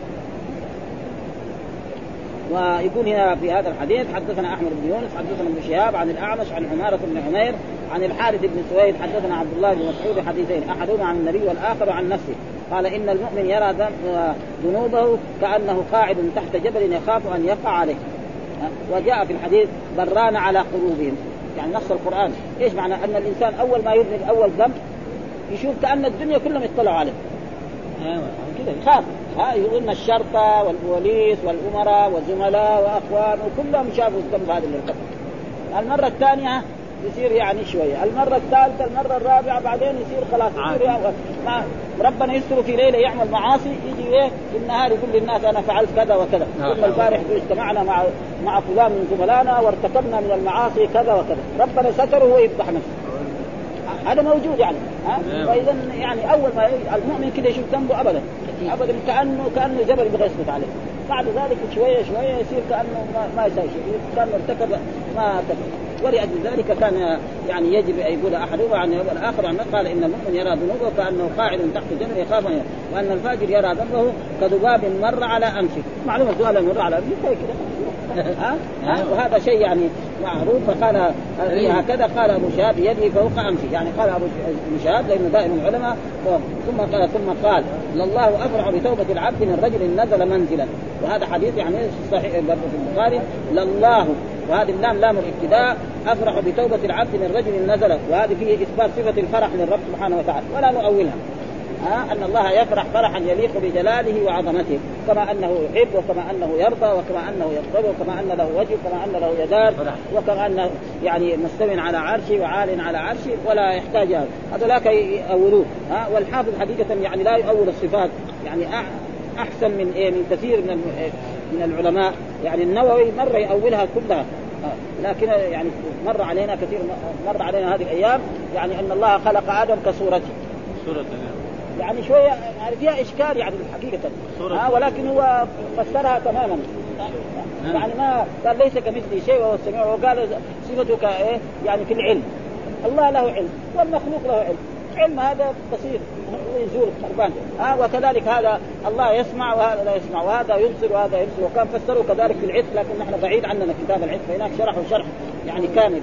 ويكون هنا في هذا الحديث حدثنا أحمد بن يونس حدثنا ابن شهاب عن الأعمش عن عمارة بن عمير عن الحارث بن سويد حدثنا عبد الله بن مسعود حديثين أحدهما عن النبي والآخر عن نفسه. قال إن المؤمن يرى ذنوبه كأنه قاعد تحت جبل يخاف أن يقع عليه. وجاء في الحديث بران على قلوبهم، يعني نص القرآن. إيش معنى؟ أن الإنسان أول ما يذنب أول ذنب يشوف كأن الدنيا كلهم يطلعوا عليه. أيوة كده يخاف. ها يقولنا الشرطة والبوليس والأمراء والزملاء وأخوان وكلهم شافوا الذنب هذا اللي ارتكب. المرة الثانية يصير يعني شوية، المرة الثالثة، المرة الرابعة، بعدين يصير خلاص يصير ما ربنا يستر في ليلة يعمل معاصي يجي إيه في النهار يقول للناس أنا فعلت كذا وكذا. ثم البارح اجتمعنا مع مع فلان من زملائنا وارتكبنا من المعاصي كذا وكذا، ربنا ستره ويفضح نفسه. هذا موجود يعني. ها فإذا يعني أول ما المؤمن كده يشوف ذنبه أبدا أبدا كأنه كأنه جبل يبغى يسقط عليه. بعد ذلك شوية شوية يصير كأنه ما, ما يسوي شيء، كان ارتكب ما ارتكب. ولأجل ذلك كان يعني يجب أن يقول أحدهما عن الآخر عن قال إن المؤمن يرى ذنوبه كأنه قاعد تحت جبل يخاف، وأن الفاجر يرى ذنبه كذباب مر على أنفه. معلومة ذباب مر على أنفه كده. ها ها وهذا شيء يعني معروف. فقال هكذا قال أبو شهاب يدي فوق أنفه، يعني قال أبو شهاب لأنه دائما العلماء. ثم قال ثم قال لله أفرح بتوبة العبد من رجل نزل منزلا. وهذا حديث يعني صحيح برضه في البخاري. لله وهذه اللام لام الابتداء أفرح بتوبة العبد من رجل نزل، وهذه فيه إثبات صفة الفرح للرب سبحانه وتعالى ولا نؤولها. ها أن الله يفرح فرحا يليق بجلاله وعظمته، كما أنه يحب وكما أنه يرضى وكما أنه يغضب وكما أن له وجه وكما أن له يدان وكما أنه يعني مستوٍ على عرشه وعال على عرشه ولا يحتاج هذا. هذا لا يؤولوه. ها والحافظ حقيقة يعني لا يؤول الصفات، يعني أحسن من إيه من كثير من من العلماء. يعني النووي مرة يؤولها كلها، لكن يعني مر علينا كثير مر علينا هذه الأيام يعني أن الله خلق آدم كصورته صورة يعني شوية يعني فيها إشكال يعني حقيقة. ها ولكن هو فسرها تماما، يعني ما قال ليس كمثله شيء وهو السميع، وقال صفتك إيه يعني في العلم. الله له علم والمخلوق له علم، علم هذا بسيط ويزول خربان. ها وكذلك هذا الله يسمع وهذا لا يسمع، وهذا يبصر وهذا يبصر. وكان فسروا كذلك في العتق، لكن نحن بعيد عننا كتاب العتق، فهناك شرحوا شرح يعني كامل.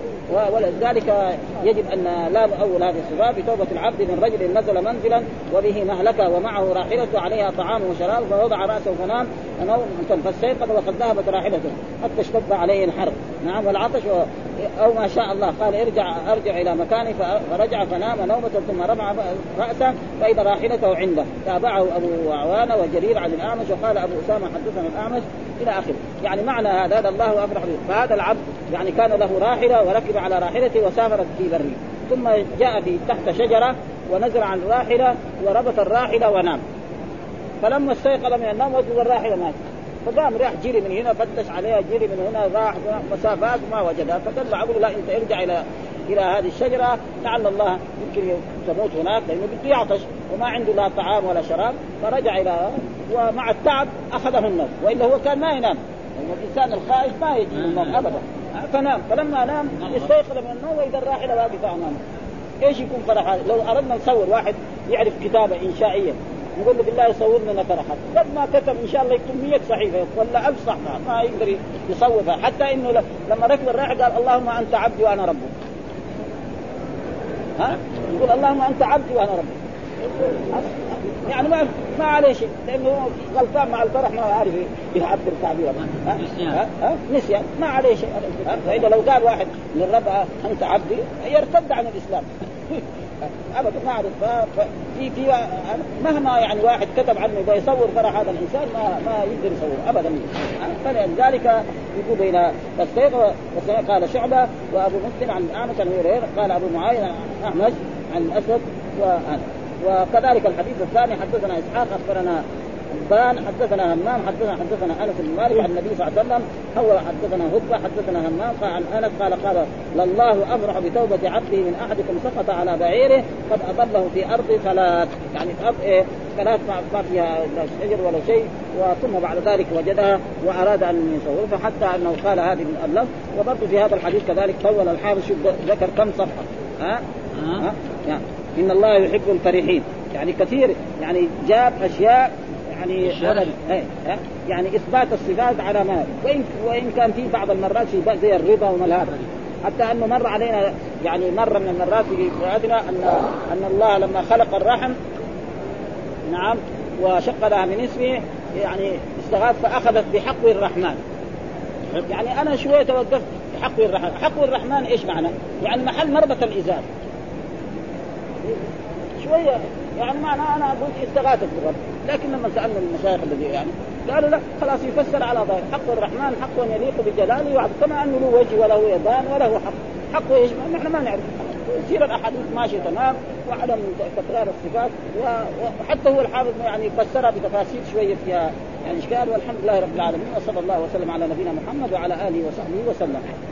ولذلك يجب أن لا نؤول هذه الصفات بتوبة العبد من رجل نزل منزلا وبه مهلكة ومعه راحلته عليها طعام وشراب فوضع رأسه فنام فاستيقظ وقد ذهبت راحلته حتى اشتد عليه الحر. نعم والعطش أو ما شاء الله قال ارجع أرجع إلى مكاني، فرجع فنام نومة ثم رفع رأسه فإذا راحلته عنده. تابعه أبو عوانة وجرير عن الأعمش، وقال أبو أسامة حدثنا الأعمش إلى آخره. يعني معنى هذا هذا الله أفرح به. فهذا العبد يعني كان له راحلة وركب على راحلته وسافرت في بري، ثم جاء في تحت شجرة ونزل عن الراحلة وربط الراحلة ونام. فلما استيقظ من النوم وجد الراحلة مات، فقام راح جري من هنا فتش عليها، جري من هنا راح مسافات ما وجدها. فقال له عبد لا انت ارجع الى الى هذه الشجره لعل الله يمكن تموت هناك، لانه بده يعطش وما عنده لا طعام ولا شراب. فرجع الى ومع التعب اخذه النوم، والا هو كان ما ينام، لانه الانسان الخائف ما يجي من النوم ابدا. فنام، فلما نام استيقظ من النوم واذا الراحله واقفه امامه. ايش يكون فرح؟ لو اردنا نصور واحد يعرف كتابه انشائيه نقول له بالله يصور لنا فرحات، قد ما كتب ان شاء الله يكتب مية صحيفه ولا ألف صحيفه ما يقدر يصورها. حتى انه لما ركب الراحل قال اللهم انت عبدي وانا ربك. ها يقول اللهم انت عبدي وانا ربك، يعني ما ما عليه شيء، لانه غلطان مع الفرح ما عارف يعبر تعبيره. ها ها نسيان ما عليه شيء. فاذا لو قال واحد للرب انت عبدي يرتد عن الاسلام ابدا ما اعرف. في في مهما يعني واحد كتب عنه اذا يصور فرح هذا الانسان ما ما يقدر يصور ابدا. فلذلك يقول الى السيق. قال شعبه وابو مسلم عن الاعمش عن هريره قال ابو معاويه احمد عن الاسود. وكذلك الحديث الثاني حدثنا اسحاق اخبرنا بان حدثنا همام حدثنا حدثنا انس بن مالك عن النبي صلى الله عليه وسلم. هو حدثنا هدبه حدثنا همام قال عن انس قال قال لله افرح بتوبه عبده من احدكم سقط على بعيره قد اضله في ارض ثلاث، يعني في ارض ايه ثلاث ما فيها لا شجر ولا شيء، وثم بعد ذلك وجدها واراد ان يصور، فحتى انه قال هذه من اللفظ. وبرضه في هذا الحديث كذلك طول الحافظ ذكر كم صفحه. ها ها, ها؟ يعني ان الله يحب الفرحين، يعني كثير يعني جاب اشياء يعني يعني اثبات الصفات على ما وان وان كان في بعض المرات في زي الرضا والهذا. حتى انه مر علينا يعني مره من المرات في حياتنا ان ان الله لما خلق الرحم نعم وشق لها من اسمه يعني استغاث فاخذت بحقه الرحمن. يعني انا شويه توقفت بحقه الرحمن. حقه الرحمن ايش معنى؟ يعني محل مربط الازار شويه، يعني معنى انا اقول استغاثت بالرب. لكن لما سالنا المشايخ الذي يعني قالوا لا خلاص يفسر على ظاهر حق الرحمن حق يليق بجلاله وعظمته، كما انه له وجه وله يدان وله حق. حقه ايش؟ نحن ما نعرف. يصير الاحاديث ماشيه تمام وعدم تكرار الصفات، وحتى هو الحافظ يعني فسرها بتفاسير شويه فيها يعني اشكال. والحمد لله رب العالمين، وصلى الله وسلم على نبينا محمد وعلى اله وصحبه وسلم.